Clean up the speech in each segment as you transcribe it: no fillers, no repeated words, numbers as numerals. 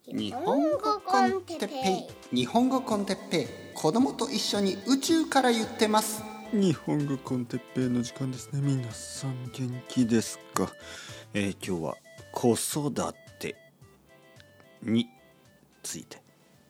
日本語コンテッペイ、日本語コンテッペイ、子供と一緒に宇宙から言ってます。 日本語コンテッペイの時間ですね。皆さん元気ですか？今日は子育てについて。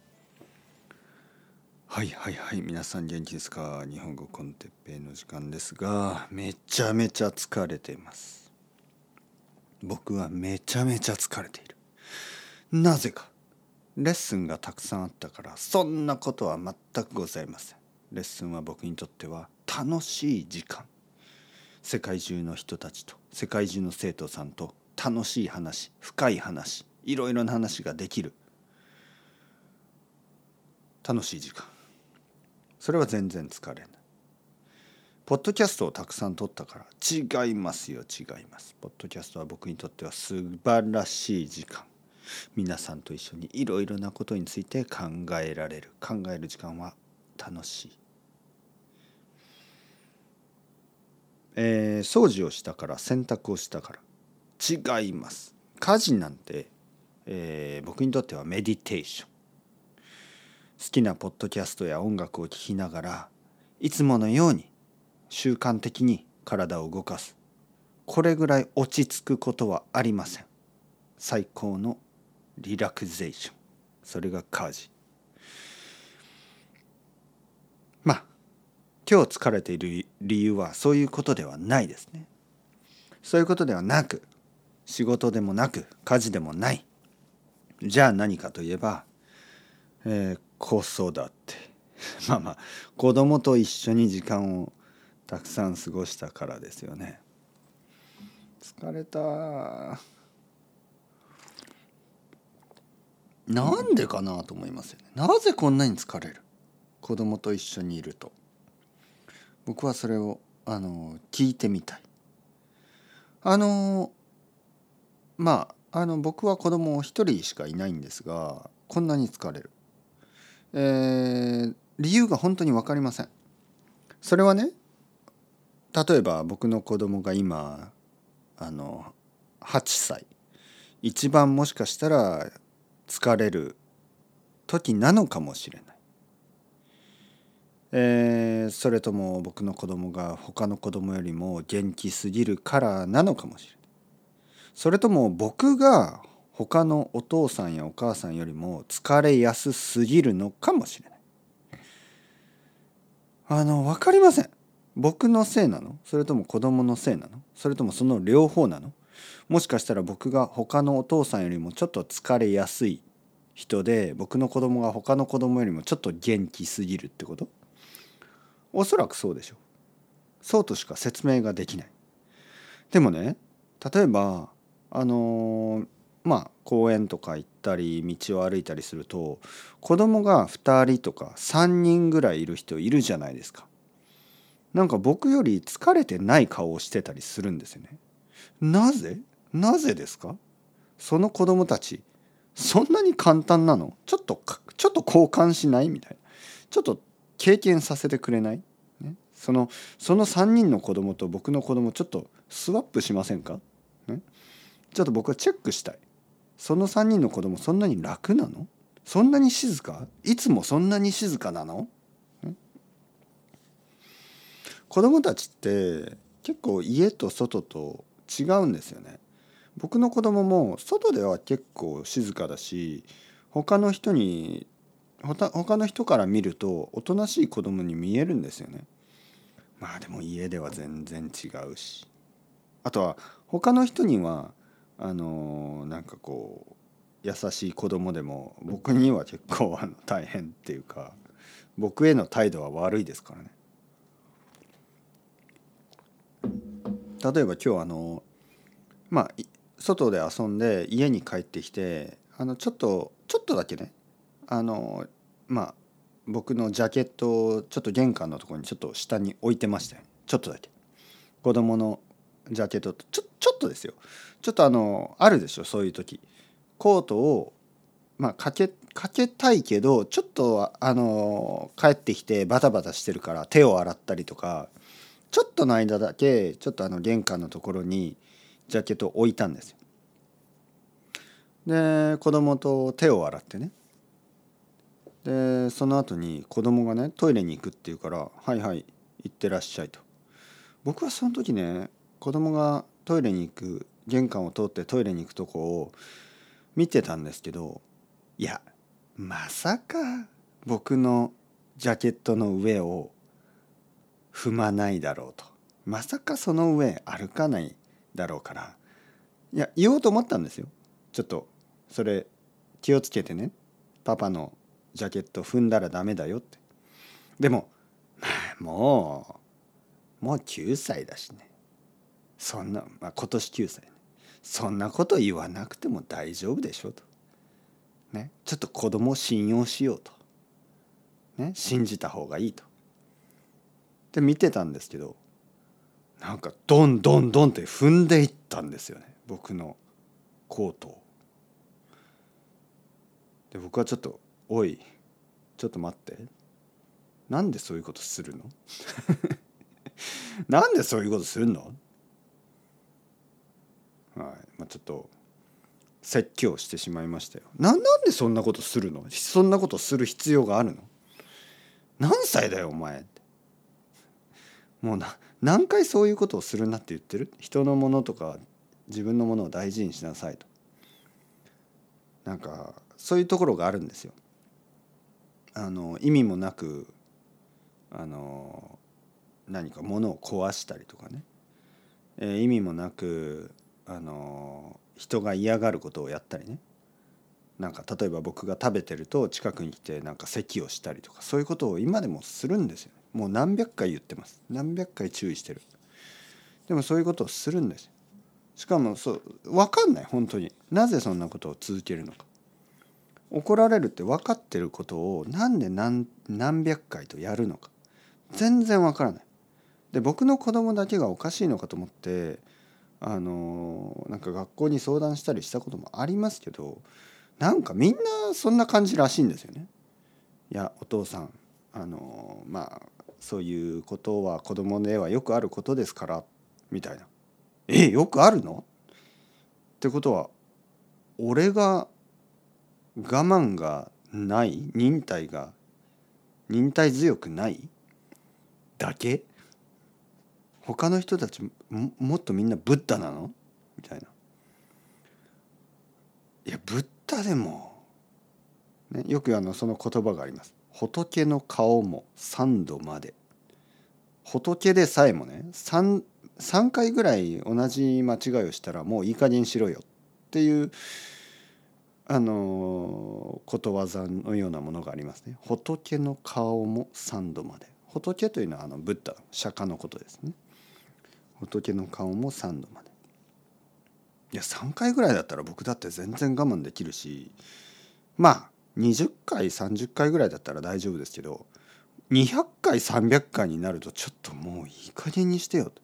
はい皆さん元気ですか？日本語コンテッペイの時間ですが、めちゃめちゃ疲れています。僕はめちゃめちゃ疲れている。なぜか、レッスンがたくさんあったから。そんなことは全くございません。レッスンは僕にとっては楽しい時間。世界中の人たちと、世界中の生徒さんと楽しい話、深い話、いろいろな話ができる楽しい時間。それは全然疲れない。ポッドキャストをたくさん撮ったから。違いますよ、違います。ポッドキャストは僕にとっては素晴らしい時間。皆さんと一緒にいろいろなことについて考えられる。考える時間は楽しい。掃除をしたから、洗濯をしたから。違います。家事なんて、僕にとってはメディテーション。好きなポッドキャストや音楽を聴きながら、いつものように習慣的に体を動かす。これぐらい落ち着くことはありません。最高のリラクゼーション。それが家事。今日疲れている理由はそういうことではないですね。そういうことではなく、仕事でもなく、家事でもない。じゃあ何かといえば、子育て。子供と一緒に時間をたくさん過ごしたからですよね。疲れた。なんでかなと思いますよね。なぜこんなに疲れる？子供と一緒にいると。僕はそれを聞いてみたい。僕は子供一人しかいないんですが、こんなに疲れる。理由が本当に分かりません。それはね、例えば僕の子供が今8歳、一番もしかしたら疲れる時なのかもしれない。それとも僕の子供が他の子供よりも元気すぎるからなのかもしれない。それとも僕が他のお父さんやお母さんよりも疲れやすすぎるのかもしれない。分かりません。僕のせいなの？それとも子供のせいなの？それともその両方なの？もしかしたら僕が他のお父さんよりもちょっと疲れやすい人で、僕の子供が他の子供よりもちょっと元気すぎるってこと？おそらくそうでしょう。そうとしか説明ができない。でもね、例えば公園とか行ったり道を歩いたりすると、子供が2人とか3人ぐらいいる人いるじゃないですか。なんか僕より疲れてない顔をしてたりするんですよね。なぜですか？その子供たちそんなに簡単なの？ちょっと交換しないみたいな。ちょっと経験させてくれない？ね、その3人の子供と僕の子供ちょっとスワップしませんか？ね、ちょっと僕はチェックしたい。その3人の子供そんなに楽なの？そんなに静か？いつもそんなに静かなの？子供たちって結構家と外と違うんですよね。僕の子供も外では結構静かだし、他の人から見るとおとなしい子供に見えるんですよね。でも家では全然違うし、あとは他の人には優しい子供でも、僕には結構大変っていうか、僕への態度は悪いですからね。例えば今日外で遊んで家に帰ってきて、ちょっとだけね、僕のジャケットをちょっと玄関のところにちょっと下に置いてましたよ。ちょっとだけ子供のジャケットとちょっとですよ。ちょっとあるでしょ、そういう時。コートをかけたいけど、ちょっと帰ってきてバタバタしてるから手を洗ったりとか、ちょっとの間だけちょっと玄関のところにジャケットを置いたんですよ。 で子供と手を洗ってね、でその後に子供がねトイレに行くって言うから、はいはい行ってらっしゃいと。僕はその時ね、子供がトイレに行く、玄関を通ってトイレに行くとこを見てたんですけど、いやまさか僕のジャケットの上を踏まないだろうと、まさかその上歩かないだろうから、いや言おうと思ったんですよ。ちょっとそれ気をつけてね、パパのジャケット踏んだらダメだよって。でももう9歳だしね、そんな、今年9歳ね、そんなこと言わなくても大丈夫でしょと、ね、ちょっと子供を信用しようと、ね、信じた方がいいとで見てたんですけど、なんかドンドンドンって踏んでいったんですよね、僕のコートを。で僕はちょっと、おいちょっと待って、なんでそういうことするのなんでそういうことするの、ちょっと説教してしまいましたよ。なんでそんなことするの、そんなことする必要があるの、何歳だよお前って。もう何回そういうことをするなって言ってる。人のものとか自分のものを大事にしなさいと。なんかそういうところがあるんですよ。意味もなく何か物を壊したりとかね、意味もなく人が嫌がることをやったりね、なんか例えば僕が食べてると近くに来てなんか咳をしたりとか、そういうことを今でもするんですよ。もう何百回言ってます、何百回注意してる。でもそういうことをするんですよ。しかも分かんない、本当になぜそんなことを続けるのか。怒られるって分かってることをなんで何百回とやるのか全然分からない。で僕の子供だけがおかしいのかと思ってなんか学校に相談したりしたこともありますけど、なんかみんなそんな感じらしいんですよね。いやお父さんそういうことは子供ではよくあることですからみたいな。よくあるのってことは、俺が我慢がない、忍耐強くないだけ、他の人たちもっとみんなブッダなのみたいな。いやブッダでも、ね、よくその言葉があります。仏の顔も三度まで。仏でさえもね3回ぐらい同じ間違いをしたらもういい加減しろよっていうことわざのようなものがありますね。仏の顔も三度まで。仏というのはブッダ、釈迦のことですね。仏の顔も三度まで。いや3回ぐらいだったら僕だって全然我慢できるし、20回30回ぐらいだったら大丈夫ですけど、200回300回になるとちょっともういい加減にしてよと。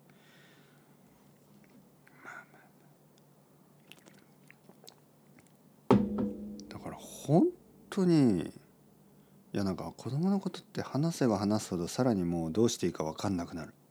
だから本当に、いやなんか子供のことって話せば話すほどさらにもうどうしていいか分かんなくなる。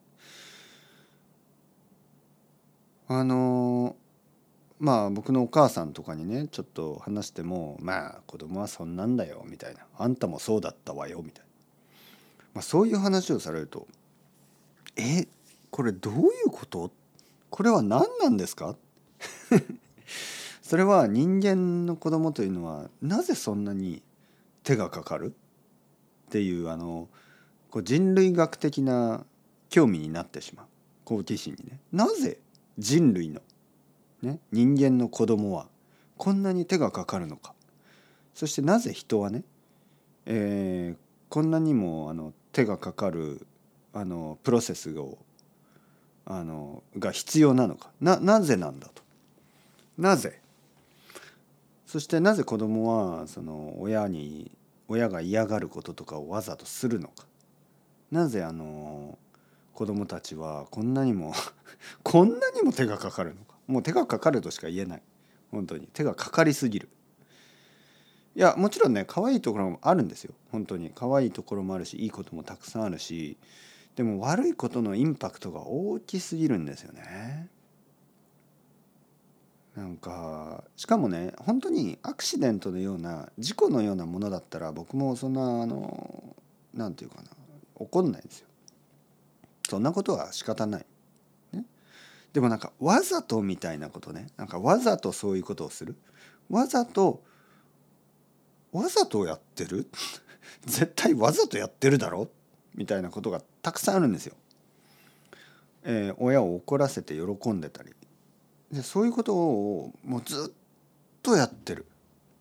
僕のお母さんとかにねちょっと話しても、子供はそんなんだよみたいな、あんたもそうだったわよみたいな、そういう話をされると、これどういうこと、これは何なんですかそれは人間の子供というのはなぜそんなに手がかかるっていうこう人類学的な興味になってしまう、好奇心にね。なぜ人類の人間の子供はこんなに手がかかるのか。そしてなぜ人はね、こんなにも手がかかるプロセスをが必要なのか。なぜなんだと。なぜ、そしてなぜ子供は親が嫌がることとかをわざとするのか。なぜ子供たちはこんなにもこんなにも手がかかるのか。もう手がかかるとしか言えない。本当に手がかかりすぎる。いやもちろんね可愛いところもあるんですよ。本当に可愛いところもあるし、いいこともたくさんあるし、でも悪いことのインパクトが大きすぎるんですよね。 なんかしかもね、本当にアクシデントのような事故のようなものだったら僕もそんななんていうかな、怒んないんですよ。そんなことは仕方ない、ね、でもなんかわざとみたいなことね、なんかわざとそういうことをする、わざとやってる絶対わざとやってるだろみたいなことがたくさんあるんですよ。親を怒らせて喜んでたりで、そういうことをもうずっとやってる。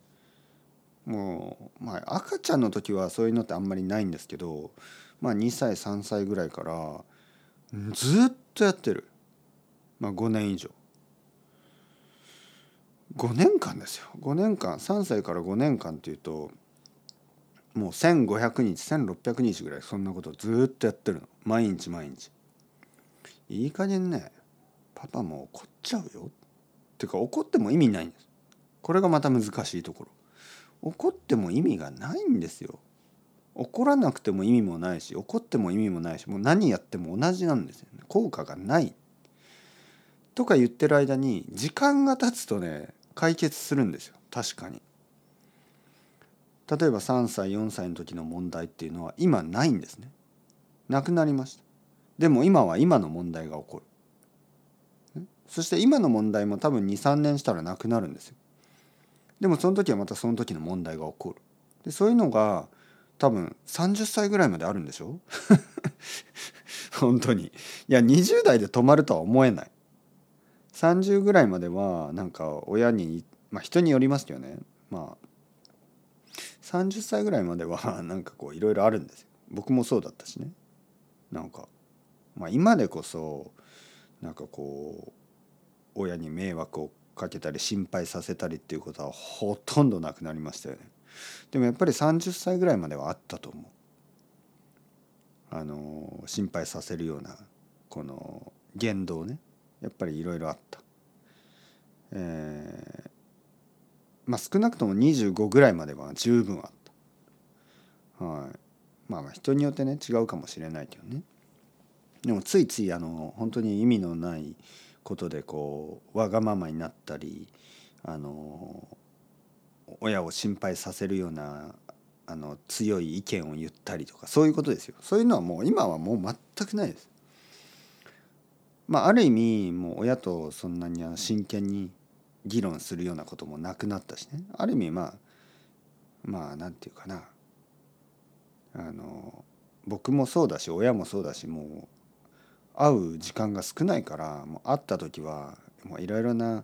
もう、まあ、赤ちゃんの時はそういうのってあんまりないんですけど、まあ、2歳3歳ぐらいからずっとやってる。まあ、5年以上、5年間ですよ。5年間、3歳から5年間っていうともう1500日1600日ぐらいそんなことをずっとやってるの、毎日毎日。いい加減ね、パパも怒っちゃうよっていうか、怒っても意味ないんです。これがまた難しいところ。怒っても意味がないんですよ。怒らなくても意味もないし、怒っても意味もないし、もう何やっても同じなんですよね。効果がないとか言ってる間に時間が経つとね、解決するんですよ。確かに。例えば3歳4歳の時の問題っていうのは今ないんですね。なくなりました。でも今は今の問題が起こる。そして今の問題も多分2、3年したらなくなるんですよ。でもその時はまたその時の問題が起こる。でそういうのが多分30歳ぐらいまであるんでしょ本当に。いや20代で止まるとは思えない。30ぐらいまではなんか親に、まあ人によりますよね。まあ30歳ぐらいまではなんかこういろいろあるんですよ。僕もそうだったしね。なんかまあ今でこそなんかこう親に迷惑をかけたり心配させたりっていうことはほとんどなくなりましたよね。でもやっぱり30歳ぐらいまではあったと思う。心配させるようなこの言動ね、やっぱりいろいろあった。まあ少なくとも25ぐらいまでは十分あった。はい。まあまあ人によってね違うかもしれないけどね。でもついつい本当に意味のないことでこうわがままになったり、親を心配させるような強い意見を言ったりとか、そういうことですよ。そういうのはもう今はもう全くないです。まあある意味もう親とそんなに真剣に議論するようなこともなくなったしね。ある意味まあなんていうかな、僕もそうだし親もそうだし、もう会う時間が少ないから、もう会った時はもういろいろな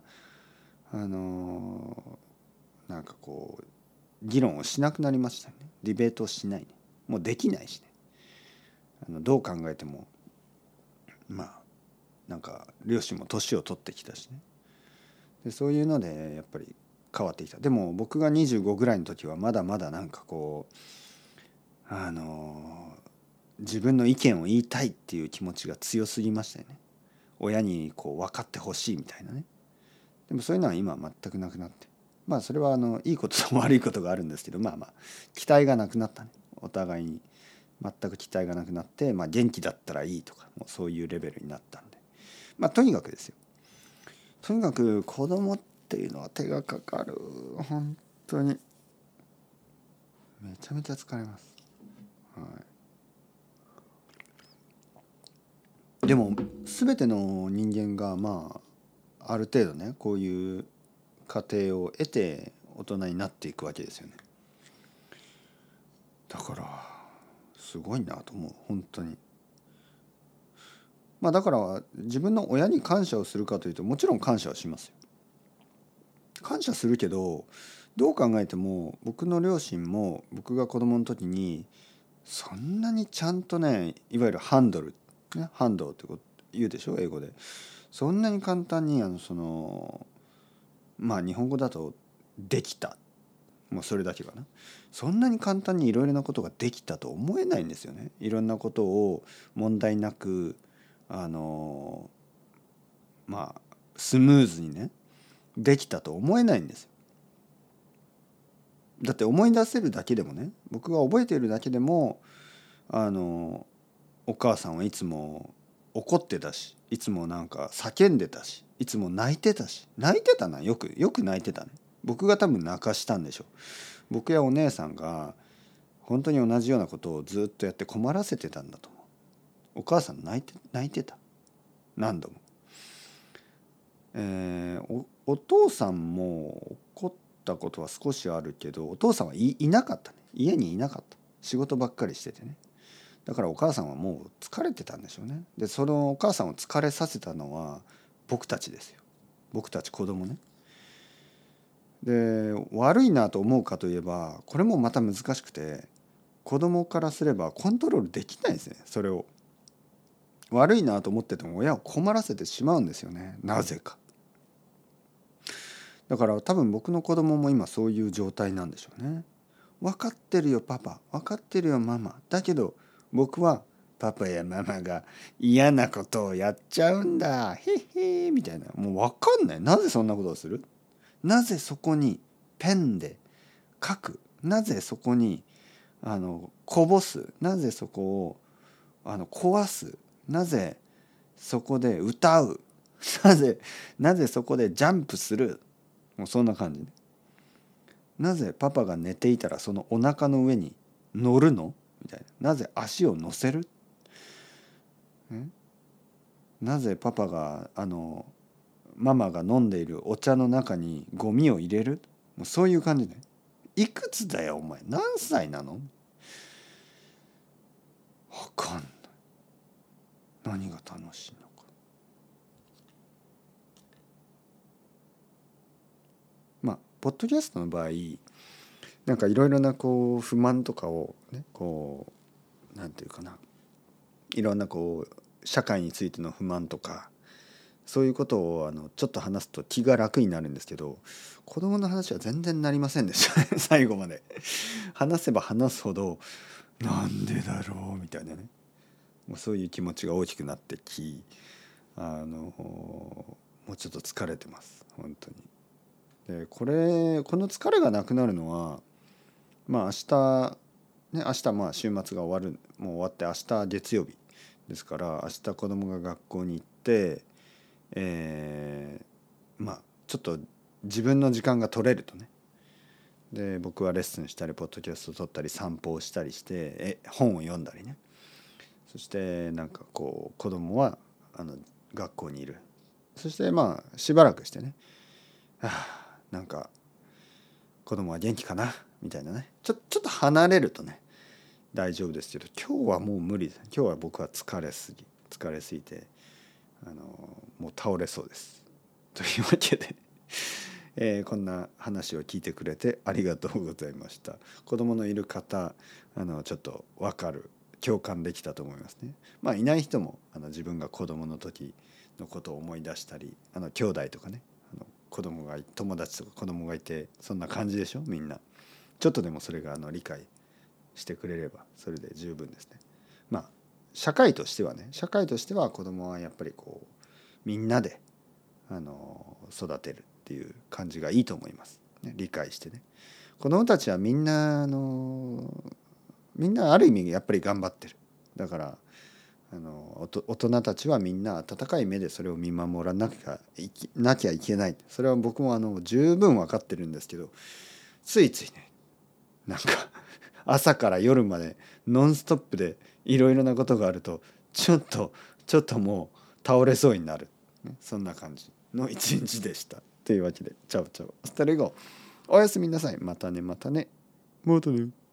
なんかこう議論をしなくなりましたね。ディベートをしないね。もうできないしね。どう考えてもまあなんか両親も年を取ってきたしね。でそういうのでやっぱり変わってきた。でも僕が25ぐらいの時はまだまだなんかこう自分の意見を言いたいっていう気持ちが強すぎましたよね。親にこう分かってほしいみたいなね。でもそういうのは今は全くなくなって、まあそれはいいことと悪いことがあるんですけど、まあまあ期待がなくなったね。お互いに全く期待がなくなって、まあ、元気だったらいいとかもうそういうレベルになったんで、まあとにかくですよ、とにかく子供っていうのは手がかかる。本当にめちゃめちゃ疲れます、はい、でも全ての人間がまあある程度ねこういう過程を得て大人になっていくわけですよね。だからすごいなと思う本当に。まあだから自分の親に感謝をするかというともちろん感謝はしますよ。感謝するけどどう考えても僕の両親も僕が子供の時にそんなにちゃんとね、いわゆるハンドル、ね、ハンドルってこと言うでしょ英語で。そんなに簡単にまあ日本語だとできた、もうそれだけかな。そんなに簡単にいろいろなことができたと思えないんですよね。いろんなことを問題なくまあスムーズにねできたと思えないんですよ。だって思い出せるだけでもね、僕が覚えているだけでもお母さんはいつも怒ってたし、いつもなんか叫んでたし、いつも泣いてたし、泣いてたな、よく泣いてたね。僕が多分泣かしたんでしょう。僕やお姉さんが本当に同じようなことをずっとやって困らせてたんだと思う。お母さん泣いてた、何度も。お父さんも怒ったことは少しあるけど、お父さんはいなかったね。家にいなかった。仕事ばっかりしててね。だからお母さんはもう疲れてたんでしょうね。でそのお母さんを疲れさせたのは僕たちですよ。僕たち子供ね。で悪いなと思うかといえば、これもまた難しくて、子供からすればコントロールできないですね。それを悪いなと思ってても親を困らせてしまうんですよね、なぜか。だから多分僕の子供も今そういう状態なんでしょうね。分かってるよパパ、分かってるよママ、だけど僕はパパやママが嫌なことをやっちゃうんだ、へへみたいな。もう分かんない。なぜそんなことをする？なぜそこにペンで書く？なぜそこにこぼす？なぜそこを壊す？なぜそこで歌う？なぜそこでジャンプする？もうそんな感じね。なぜパパが寝ていたらそのお腹の上に乗るの？みたいな。なぜ足を乗せる？なぜパパがママが飲んでいるお茶の中にゴミを入れる？もうそういう感じね。いくつだよお前、何歳なの？わかんない。何が楽しいのか。まあポッドキャストの場合、なんかいろいろなこう不満とかをね、こうなんていうかな、いろんなこう社会についての不満とか、そういうことをちょっと話すと気が楽になるんですけど、子供の話は全然なりませんでしたね最後まで。話せば話すほどなんでだろうみたいなね、もうそういう気持ちが大きくなってき、もうちょっと疲れてます本当に。でこの疲れがなくなるのは、まあ明日ね、明日まあ週末が終わる、もう終わって明日月曜日ですから、明日子供が学校に行って、まあちょっと自分の時間が取れるとね。で僕はレッスンしたりポッドキャストを撮ったり散歩をしたりして本を読んだりね。そしてなんかこう子供は学校にいる。そしてまあしばらくしてね、なんか子供は元気かなみたいなね、ちょっと離れるとね大丈夫ですけど、今日はもう無理です。今日は僕は疲れすぎてもう倒れそうです。というわけで、こんな話を聞いてくれてありがとうございました。子供のいる方ちょっと分かる、共感できたと思いますね。まあいない人も自分が子供の時のことを思い出したり、兄弟とかね、友達とか子供がいてそんな感じでしょみんな。ちょっとでもそれが理解してくれればそれで十分ですね。まあ社会としては子供はやっぱりこうみんなで育てるっていう感じがいいと思います、ね、理解してね。子供たちはみんなある意味やっぱり頑張ってる。だから大人たちはみんな温かい目でそれを見守らなきゃいけない。それは僕も十分分かってるんですけど、ついついね、なんか朝から夜までノンストップでいろいろなことがあるとちょっともう倒れそうになる、そんな感じの一日でした。というわけでチャオチャオスタレゴ、おやすみなさい。またね。